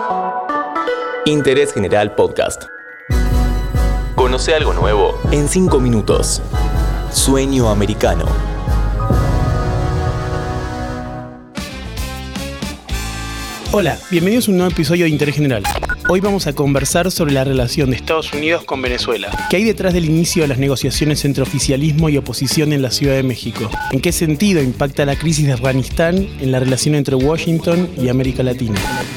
Interés General Podcast. Conoce algo nuevo en 5 minutos. Sueño americano. Hola, bienvenidos a un nuevo episodio de Interés General. Hoy vamos a conversar sobre la relación de Estados Unidos con Venezuela. ¿Qué hay detrás del inicio de las negociaciones entre oficialismo y oposición en la Ciudad de México? ¿En qué sentido impacta la crisis de Afganistán en la relación entre Washington y América Latina?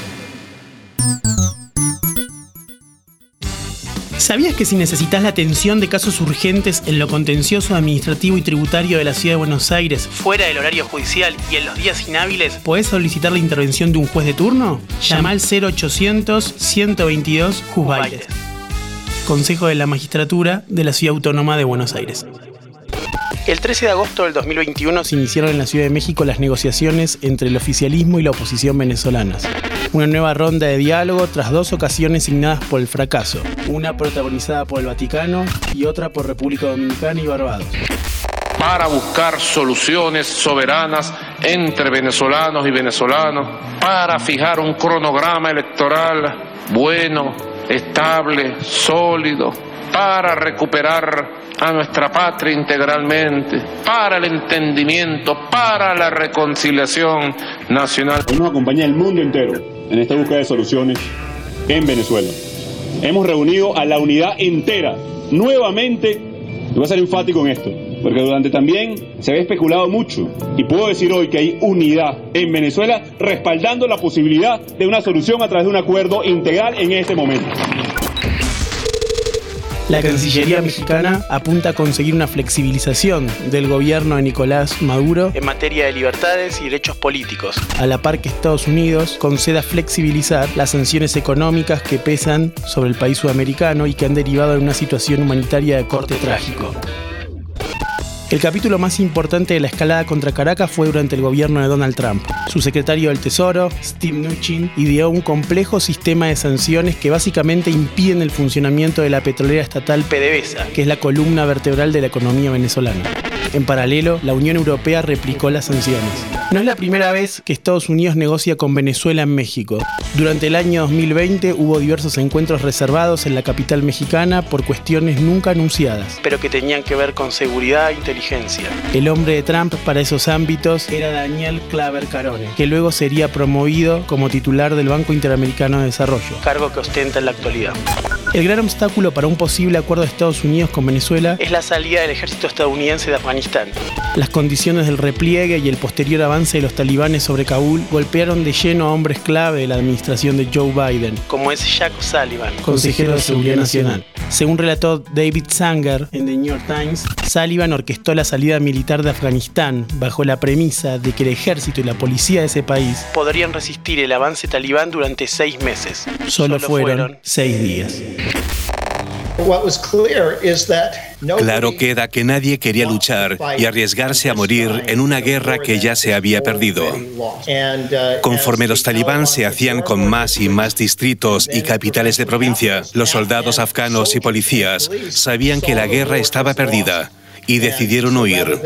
¿Sabías que si necesitas la atención de casos urgentes en lo contencioso administrativo y tributario de la Ciudad de Buenos Aires, fuera del horario judicial y en los días inhábiles, podés solicitar la intervención de un juez de turno? Llama al 0800-122-JUZBAIDES. Consejo de la Magistratura de la Ciudad Autónoma de Buenos Aires. El 13 de agosto del 2021 se iniciaron en la Ciudad de México las negociaciones entre el oficialismo y la oposición venezolanas. Una nueva ronda de diálogo tras 2 ocasiones signadas por el fracaso, una protagonizada por el Vaticano y otra por República Dominicana y Barbados. Para buscar soluciones soberanas entre venezolanos y venezolanos, para fijar un cronograma electoral bueno, estable, sólido, para recuperar a nuestra patria integralmente, para el entendimiento, para la reconciliación nacional. Hoy nos acompaña el mundo entero en esta búsqueda de soluciones en Venezuela. Hemos reunido a la unidad entera, nuevamente, y voy a ser enfático en esto, porque durante también se había especulado mucho, y puedo decir hoy que hay unidad en Venezuela respaldando la posibilidad de una solución a través de un acuerdo integral en este momento. La Cancillería mexicana apunta a conseguir una flexibilización del gobierno de Nicolás Maduro en materia de libertades y derechos políticos, a la par que Estados Unidos conceda flexibilizar las sanciones económicas que pesan sobre el país sudamericano y que han derivado en una situación humanitaria de corte trágico. El capítulo más importante de la escalada contra Caracas fue durante el gobierno de Donald Trump. Su secretario del Tesoro, Steve Mnuchin, ideó un complejo sistema de sanciones que básicamente impiden el funcionamiento de la petrolera estatal PDVSA, que es la columna vertebral de la economía venezolana. En paralelo, la Unión Europea replicó las sanciones. No es la primera vez que Estados Unidos negocia con Venezuela en México. Durante el año 2020 hubo diversos encuentros reservados en la capital mexicana por cuestiones nunca anunciadas, pero que tenían que ver con seguridad e inteligencia. El hombre de Trump para esos ámbitos era Daniel Claver Carone, que luego sería promovido como titular del Banco Interamericano de Desarrollo, cargo que ostenta en la actualidad. El gran obstáculo para un posible acuerdo de Estados Unidos con Venezuela es la salida del ejército estadounidense de Afganistán. Las condiciones del repliegue y el posterior avance de los talibanes sobre Kabul golpearon de lleno a hombres clave de la administración de Joe Biden, como es Jack Sullivan, consejero de Seguridad Nacional. Según relató David Sanger en The New York Times, Sullivan orquestó la salida militar de Afganistán bajo la premisa de que el ejército y la policía de ese país podrían resistir el avance talibán durante 6 meses. Solo fueron 6 días. Claro queda que nadie quería luchar y arriesgarse a morir en una guerra que ya se había perdido. Conforme los talibán se hacían con más y más distritos y capitales de provincia, los soldados afganos y policías sabían que la guerra estaba perdida y decidieron huir.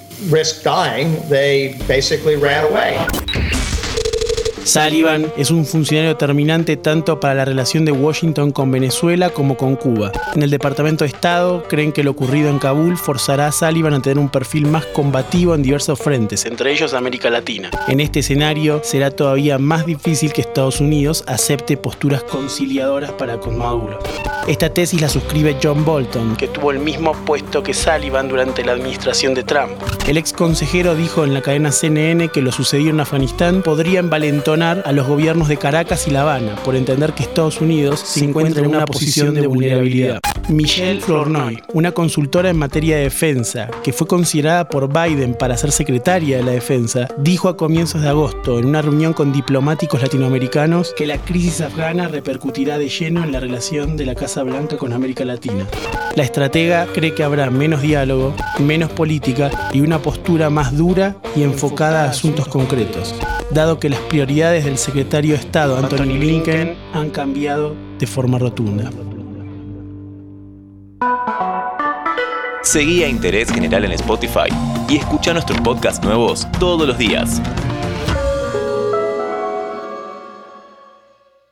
Sullivan es un funcionario determinante tanto para la relación de Washington con Venezuela como con Cuba. En el Departamento de Estado creen que lo ocurrido en Kabul forzará a Sullivan a tener un perfil más combativo en diversos frentes, entre ellos América Latina. En este escenario será todavía más difícil que Estados Unidos acepte posturas conciliadoras para con Maduro. Esta tesis la suscribe John Bolton, que tuvo el mismo puesto que Sullivan durante la administración de Trump. El ex consejero dijo en la cadena CNN que lo sucedido en Afganistán podría envalentonar a los gobiernos de Caracas y La Habana por entender que Estados Unidos se encuentra en una posición de vulnerabilidad. Michelle Flournoy, una consultora en materia de defensa que fue considerada por Biden para ser secretaria de la defensa, dijo a comienzos de agosto en una reunión con diplomáticos latinoamericanos que la crisis afgana repercutirá de lleno en la relación de la Casa Blanca con América Latina. La estratega cree que habrá menos diálogo, menos política y una postura más dura y enfocada a asuntos concretos, dado que las prioridades del secretario de Estado Anthony Blinken han cambiado de forma rotunda. Seguí a Interés General en Spotify y escucha nuestros podcasts nuevos todos los días.